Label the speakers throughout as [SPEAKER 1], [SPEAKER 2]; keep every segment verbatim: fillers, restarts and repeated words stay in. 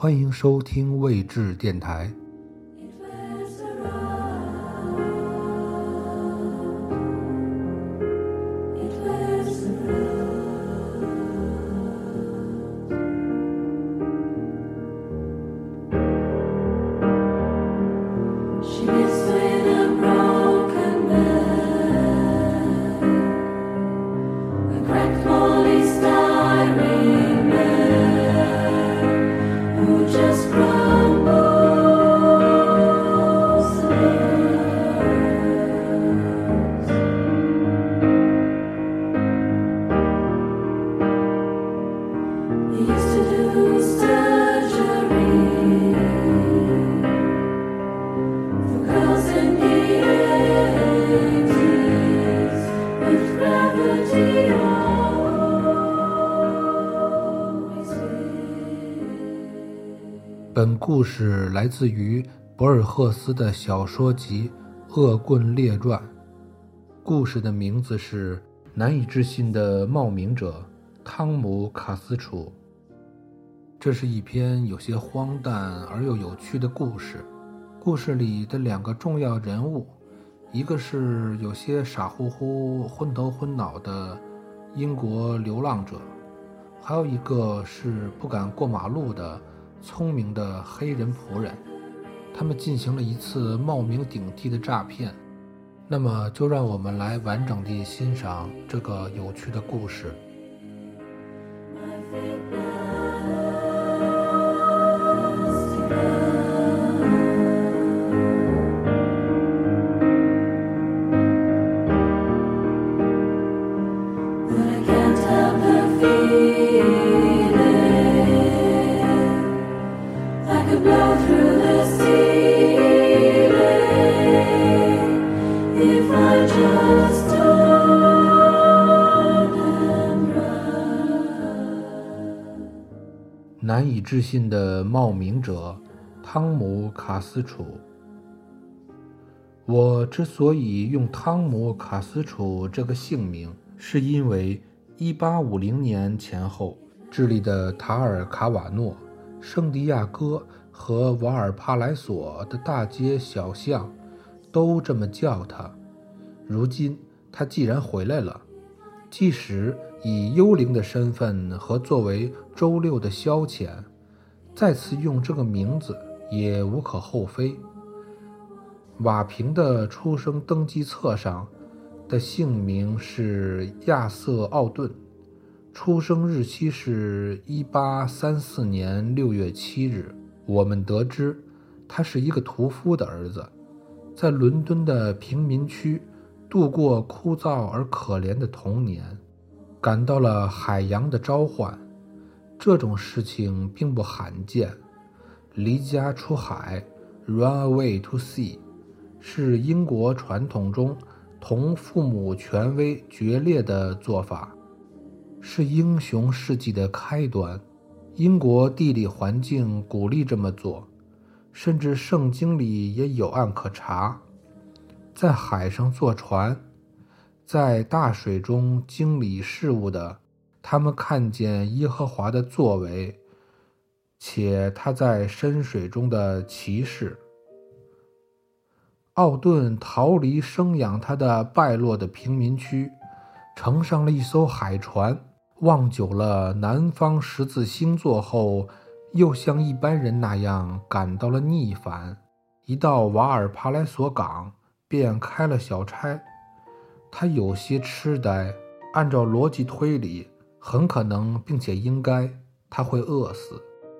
[SPEAKER 1] 欢迎收听未知电台。本故事来自于博尔赫斯的小说集《恶棍列传》，故事的名字是难以置信的冒名者汤姆·卡斯楚。这是一篇有些荒诞而又有趣的故事。故事里的两个重要人物，一个是有些傻乎乎昏头昏脑的英国流浪者，还有一个是不敢过马路的聪明的黑人仆人。他们进行了一次冒名顶替的诈骗。那么就让我们来完整地欣赏这个有趣的故事。难以置信的冒名者汤姆·卡斯楚。我之所以用汤姆·卡斯楚这个姓名，是因为一八五零年前后，智利的塔尔卡瓦诺、圣地亚哥和瓦尔帕莱索的大街小巷都这么叫他。如今他既然回来了，即使以幽灵的身份和作为周六的消遣，再次用这个名字也无可厚非。瓦平的出生登记册上的姓名是亚瑟·奥顿，出生日期是一八三四年六月七日。我们得知他是一个屠夫的儿子，在伦敦的贫民区度过枯燥而可怜的童年，感到了海洋的召唤。这种事情并不罕见。离家出海 Run away to sea 是英国传统中同父母权威决裂的做法，是英雄事迹的开端。英国地理环境鼓励这么做，甚至圣经里也有案可查。在海上坐船，在大水中经理事务的，他们看见耶和华的作为，且他在深水中的骑士。奥顿逃离生养他的败落的贫民区，乘上了一艘海船，望久了南方十字星座后，又像一般人那样感到了逆反。一到瓦尔帕莱索港，便开了小差。他有些痴呆，按照逻辑推理，很可能并且应该他会饿死。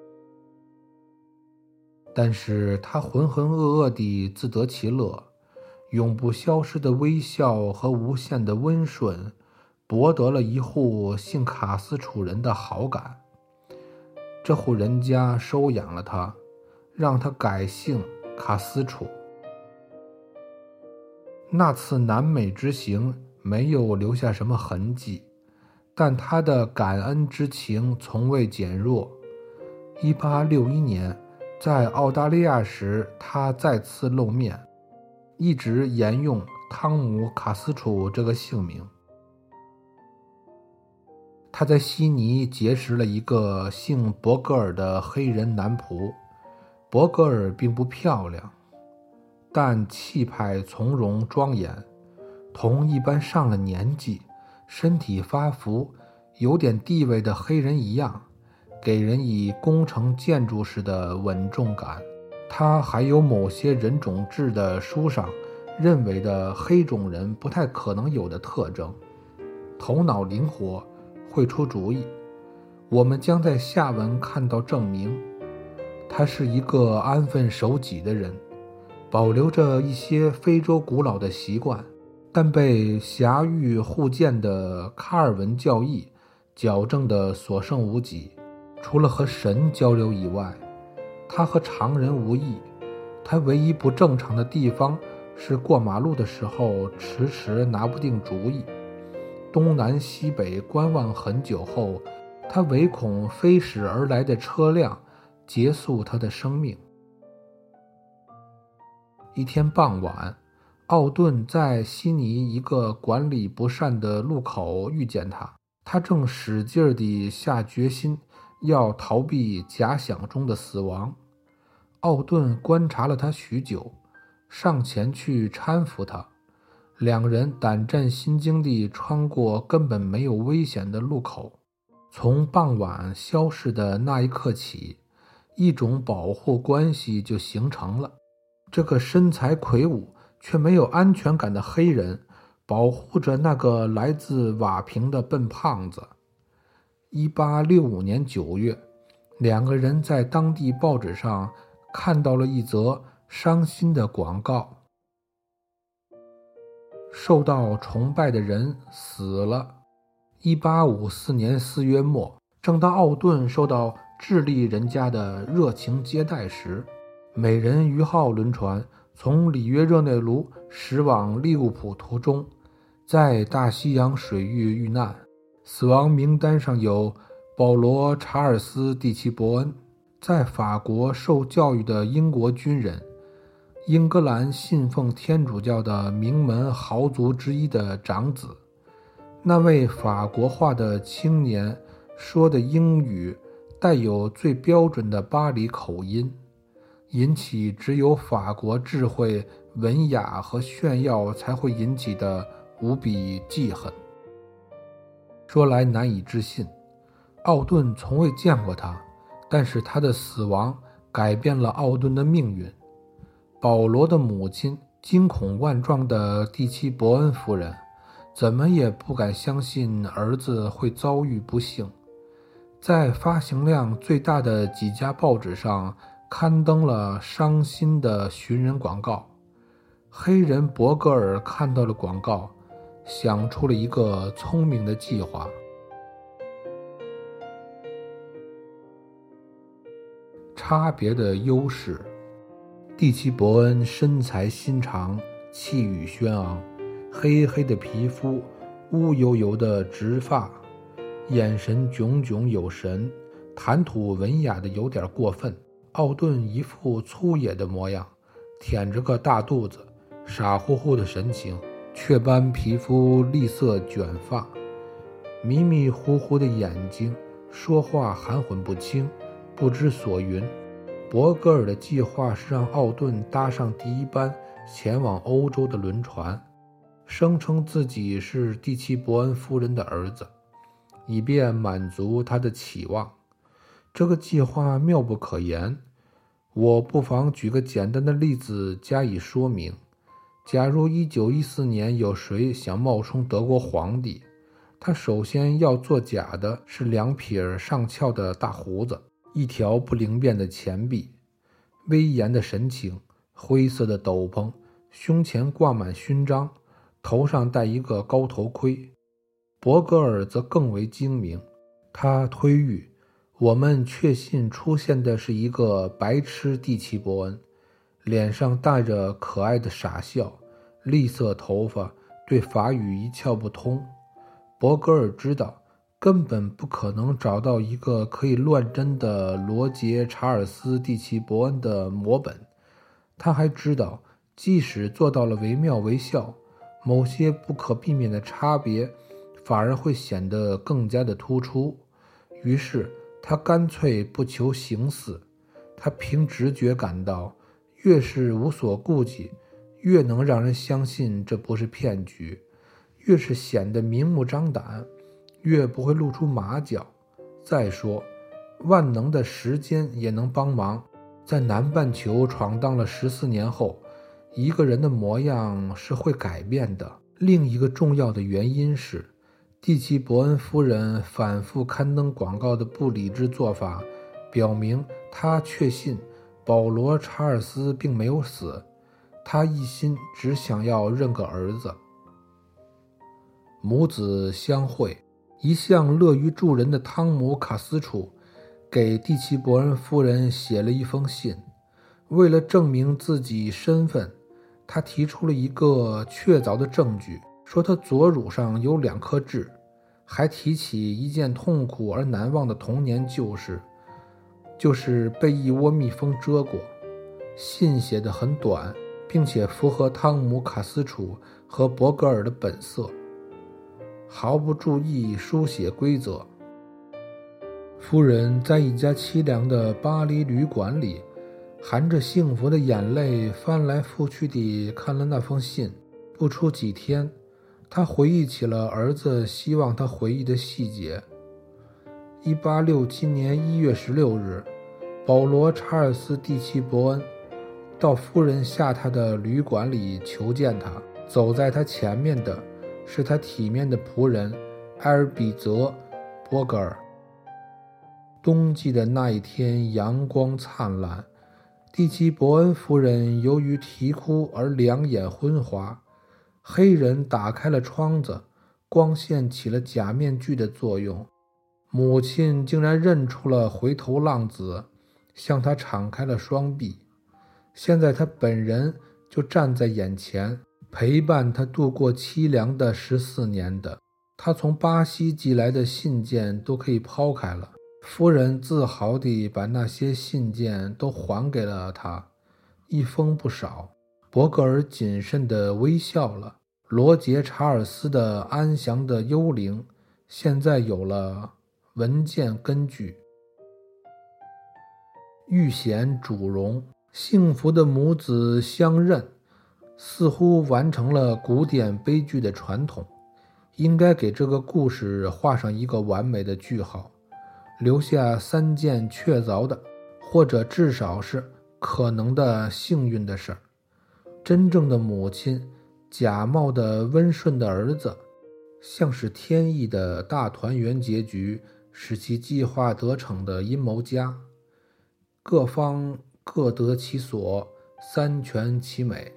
[SPEAKER 1] 但是他浑浑噩噩地自得其乐，永不消失的微笑和无限的温顺博得了一户姓卡斯楚人的好感。这户人家收养了他，让他改姓卡斯楚。那次南美之行没有留下什么痕迹，但他的感恩之情从未减弱。一八六一年在澳大利亚时，他再次露面，一直沿用汤姆·卡斯楚这个姓名。 他在悉尼结识了一个姓伯格尔的黑人男仆。伯格尔并不漂亮，但气派从容庄严，同一般上了年纪、身体发福、有点地位的黑人一样，给人以工程建筑式的稳重感。他还有某些人种志的书上认为的黑种人不太可能有的特征：头脑灵活，会出主意。我们将在下文看到证明。他是一个安分守己的人，保留着一些非洲古老的习惯，但被狭域互鉴的卡尔文教义矫正得所剩无几。除了和神交流以外，他和常人无异。他唯一不正常的地方是过马路的时候迟迟拿不定主意，东南西北观望很久后，他唯恐飞驶而来的车辆结束他的生命。一天傍晚，奥顿在悉尼一个管理不善的路口遇见他，他正使劲地下决心要逃避假想中的死亡。奥顿观察了他许久，上前去搀扶他。两人胆战心惊地穿过根本没有危险的路口。从傍晚消逝的那一刻起，一种保护关系就形成了。这个身材魁梧却没有安全感的黑人保护着那个来自瓦平的笨胖子。一八六五年九月，两个人在当地报纸上看到了一则伤心的广告：受到崇拜的人死了。一八五四年四月末，正当奥顿受到智利人家的热情接待时，美人鱼号轮船从里约热内卢驶往利物浦途中，在大西洋水域遇难。死亡名单上有保罗·查尔斯·蒂奇伯恩，在法国受教育的英国军人，英格兰信奉天主教的名门豪族之一的长子。那位法国化的青年说的英语带有最标准的巴黎口音，引起只有法国智慧、文雅和炫耀才会引起的无比记恨。说来难以置信，奥顿从未见过他，但是他的死亡改变了奥顿的命运。保罗的母亲惊恐万状的蒂奇伯恩夫人怎么也不敢相信儿子会遭遇不幸，在发行量最大的几家报纸上刊登了伤心的寻人广告。黑人伯格尔看到了广告，想出了一个聪明的计划。差别的优势。蒂奇伯恩身材心长，气宇轩昂，黑黑的皮肤，乌油油的直发，眼神炯炯有神，谈吐文雅的有点过分。奥顿一副粗野的模样，腆着个大肚子，傻乎乎的神情，雀斑皮肤，栗色卷发，迷迷糊糊的眼睛，说话含混不清，不知所云。伯格尔的计划是让奥顿搭上第一班前往欧洲的轮船，声称自己是蒂奇伯恩夫人的儿子，以便满足他的期望。这个计划妙不可言，我不妨举个简单的例子加以说明。假如一九一四年有谁想冒充德国皇帝，他首先要作假的是两撇上翘的大胡子，一条不灵便的前臂，威严的神情，灰色的斗篷，胸前挂满勋章，头上戴一个高头盔。伯格尔则更为精明，他推谕我们确信出现的是一个白痴蒂奇伯恩，脸上带着可爱的傻笑，栗色头发，对法语一窍不通。伯格尔知道根本不可能找到一个可以乱真的罗杰·查尔斯·蒂奇伯恩的摹本。他还知道，即使做到了惟妙惟肖，某些不可避免的差别反而会显得更加的突出。于是他干脆不求形似，他凭直觉感到，越是无所顾忌，越能让人相信这不是骗局，越是显得明目张胆，越不会露出马脚。再说，万能的时间也能帮忙。在南半球闯荡了十四年后，一个人的模样是会改变的。另一个重要的原因是，蒂奇伯恩夫人反复刊登广告的不理智做法，表明她确信保罗·查尔斯并没有死，她一心只想要认个儿子。母子相会，一向乐于助人的汤姆·卡斯楚给蒂奇伯恩夫人写了一封信，为了证明自己身份，他提出了一个确凿的证据，说他左乳上有两颗痣，还提起一件痛苦而难忘的童年旧事，就是被一窝蜜蜂蛰过。信写得很短，并且符合汤姆·卡斯楚和伯格尔的本色，毫不注意书写规则。夫人在一家凄凉的巴黎旅馆里，含着幸福的眼泪翻来覆去地看了那封信。不出几天，她回忆起了儿子希望她回忆的细节。一八六七年一月十六日，保罗·查尔斯·蒂奇伯恩到夫人下榻的旅馆里求见他，走在他前面的是他体面的仆人埃尔比泽·伯格尔。冬季的那一天阳光灿烂，蒂奇伯恩夫人由于啼哭而两眼昏花。黑人打开了窗子，光线起了假面具的作用。母亲竟然认出了回头浪子，向他敞开了双臂。现在他本人就站在眼前，陪伴他度过凄凉的十四年的。他从巴西寄来的信件都可以抛开了。夫人自豪地把那些信件都还给了他，一封不少。伯格尔谨慎地微笑了。罗杰·查尔斯的安详的幽灵现在有了文件根据。遇险主荣，幸福的母子相认，似乎完成了古典悲剧的传统，应该给这个故事画上一个完美的句号，留下三件确凿的，或者至少是可能的幸运的事儿。真正的母亲，假冒的温顺的儿子，像是天意的大团圆结局，使其计划得逞的阴谋家，各方各得其所，三全其美。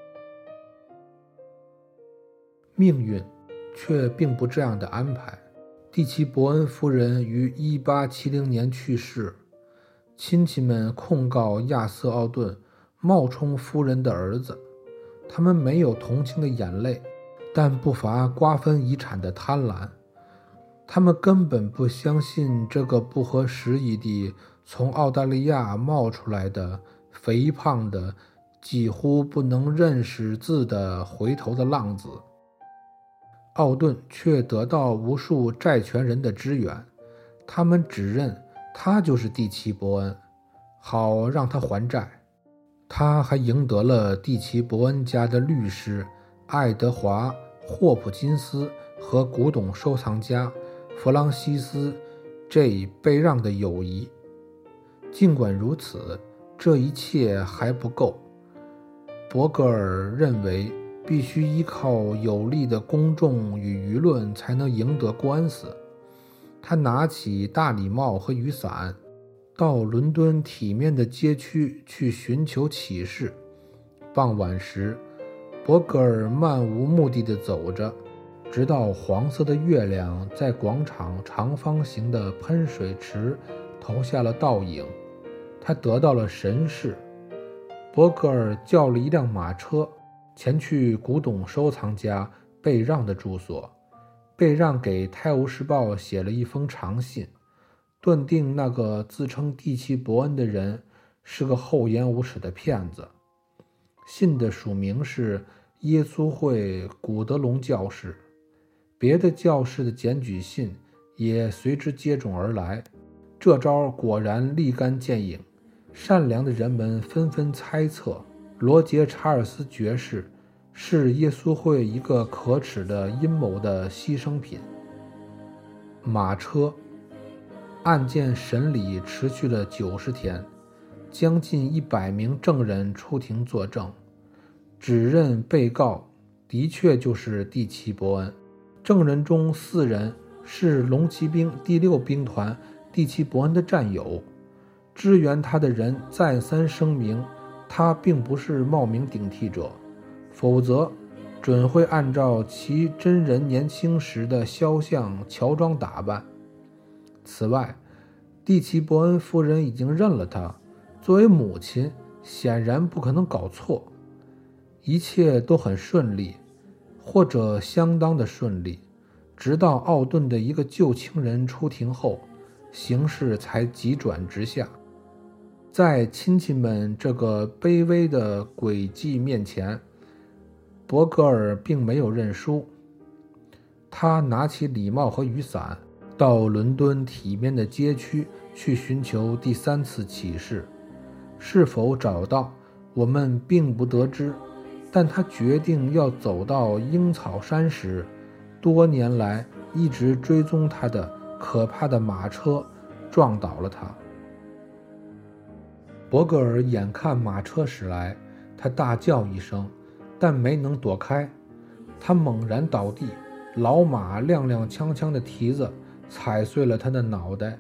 [SPEAKER 1] 命运却并不这样的安排。蒂奇伯恩夫人于一八七零年去世，亲戚们控告亚瑟·奥顿冒充夫人的儿子，他们没有同情的眼泪，但不乏瓜分遗产的贪婪。他们根本不相信这个不合时宜地从澳大利亚冒出来的肥胖的几乎不能认识字的回头的浪子。奥顿却得到无数债权人的支援，他们只认他就是蒂奇伯恩，好让他还债。他还赢得了蒂奇伯恩家的律师爱德华·霍普金斯和古董收藏家弗朗西斯 J 贝让的友谊。尽管如此，这一切还不够。伯格尔认为必须依靠有力的公众与舆论才能赢得官司。他拿起大礼帽和雨伞，到伦敦体面的街区去寻求启示。傍晚时，伯格尔漫无目的地走着，直到黄色的月亮在广场长方形的喷水池投下了倒影，他得到了神视。伯格尔叫了一辆马车，前去古董收藏家贝让的住所。贝让给《泰晤士报》写了一封长信，断定那个自称蒂奇伯恩的人是个厚颜无耻的骗子。信的署名是耶稣会古德隆教士。 别的教士的检举信也随之接踵而来。这招果然立竿见影，善良的人们纷纷猜测罗杰·查尔斯爵士是耶稣会一个可耻的阴谋的牺牲品。马车案件审理持续了九十天，将近一百名证人出庭作证，指认被告的确就是蒂奇·伯恩。证人中四人是龙骑兵第六兵团蒂奇·伯恩的战友，支援他的人再三声明他并不是冒名顶替者，否则准会按照其真人年轻时的肖像乔装打扮。此外，蒂奇·伯恩夫人已经认了他，作为母亲显然不可能搞错。一切都很顺利，或者相当的顺利，直到奥顿的一个旧情人出庭后，形势才急转直下。在亲戚们这个卑微的诡计面前，伯格尔并没有认输。他拿起礼帽和雨伞，到伦敦体面的街区去寻求第三次启示。是否找到，我们并不得知，但他决定要走到鹰草山时，多年来一直追踪他的可怕的马车撞倒了他。伯格尔眼看马车驶来，他大叫一声，但没能躲开。他猛然倒地，老马踉踉跄跄的蹄子踩碎了他的脑袋。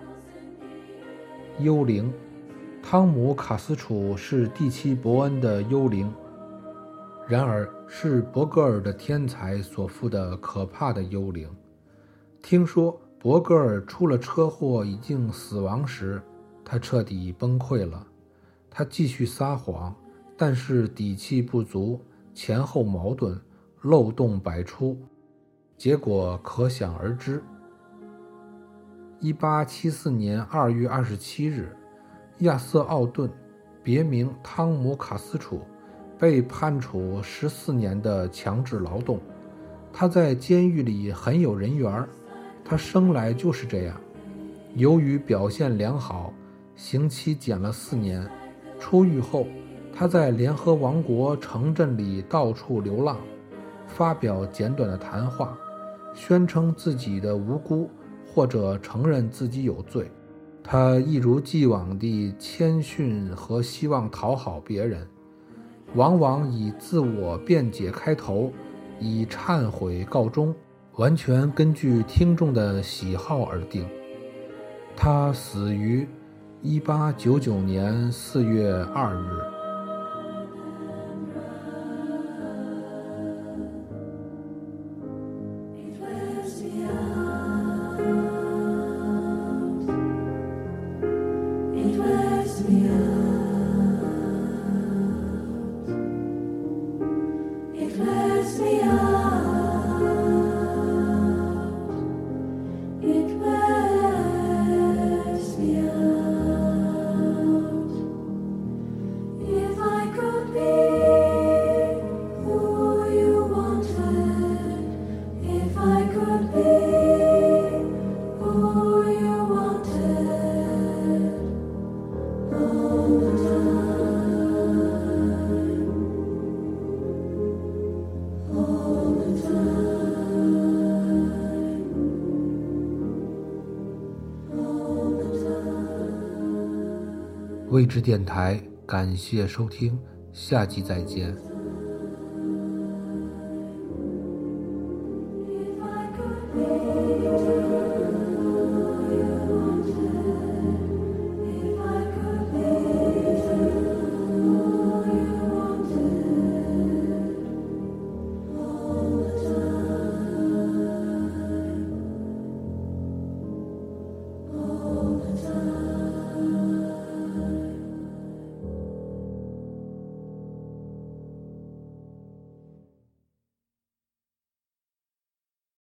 [SPEAKER 1] 幽灵，汤姆·卡斯楚是蒂奇·伯恩的幽灵，然而是伯格尔的天才所附的可怕的幽灵。听说伯格尔出了车祸已经死亡时，他彻底崩溃了。他继续撒谎，但是底气不足，前后矛盾，漏洞百出，结果可想而知。一八七四年二月二十七日，亚瑟·奥顿，别名汤姆·卡斯楚，被判处十四年的强制劳动。他在监狱里很有人缘，他生来就是这样。由于表现良好，刑期减了四年。出狱后，他在联合王国城镇里到处流浪，发表简短的谈话，宣称自己的无辜，或者承认自己有罪。他一如既往地谦逊和希望讨好别人，往往以自我辩解开头，以忏悔告终，完全根据听众的喜好而定。他死于一八九九年四月二日。未知电台，感谢收听，下集再见。